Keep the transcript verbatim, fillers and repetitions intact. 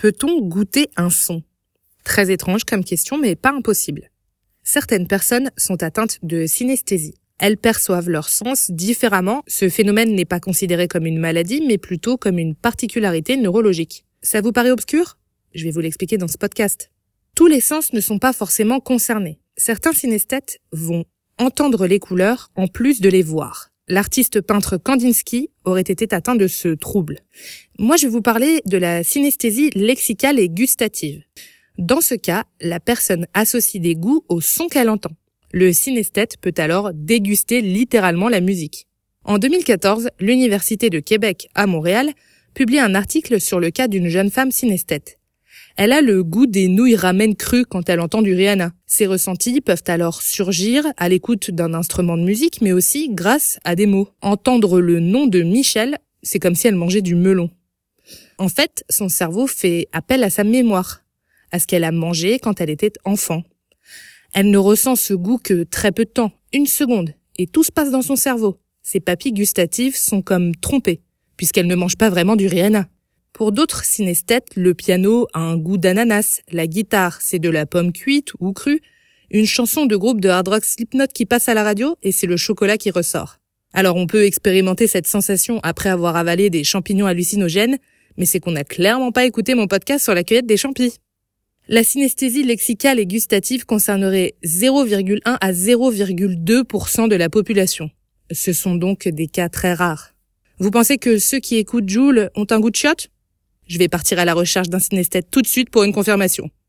Peut-on goûter un son ? Très étrange comme question, mais pas impossible. Certaines personnes sont atteintes de synesthésie. Elles perçoivent leurs sens différemment. Ce phénomène n'est pas considéré comme une maladie, mais plutôt comme une particularité neurologique. Ça vous paraît obscur ? Je vais vous l'expliquer dans ce podcast. Tous les sens ne sont pas forcément concernés. Certains synesthètes vont entendre les couleurs en plus de les voir. L'artiste peintre Kandinsky aurait été atteint de ce trouble. Moi, je vais vous parler de la synesthésie lexicale et gustative. Dans ce cas, la personne associe des goûts au son qu'elle entend. Le synesthète peut alors déguster littéralement la musique. En deux mille quatorze, l'Université de Québec à Montréal publie un article sur le cas d'une jeune femme synesthète. Elle a le goût des nouilles ramen crues quand elle entend du Rihanna. Ses ressentis peuvent alors surgir à l'écoute d'un instrument de musique, mais aussi grâce à des mots. Entendre le nom de Michel, c'est comme si elle mangeait du melon. En fait, son cerveau fait appel à sa mémoire, à ce qu'elle a mangé quand elle était enfant. Elle ne ressent ce goût que très peu de temps, une seconde, et tout se passe dans son cerveau. Ses papilles gustatives sont comme trompées, puisqu'elle ne mange pas vraiment du Rihanna. Pour d'autres synesthètes, le piano a un goût d'ananas, la guitare, c'est de la pomme cuite ou crue, une chanson de groupe de hard rock Slipknot qui passe à la radio et c'est le chocolat qui ressort. Alors on peut expérimenter cette sensation après avoir avalé des champignons hallucinogènes, mais c'est qu'on n'a clairement pas écouté mon podcast sur la cueillette des champis. La synesthésie lexicale et gustative concernerait zéro virgule un à zéro virgule deux pour cent de la population. Ce sont donc des cas très rares. Vous pensez que ceux qui écoutent Jul ont un goût de chiottes ? Je vais partir à la recherche d'un synesthète tout de suite pour une confirmation.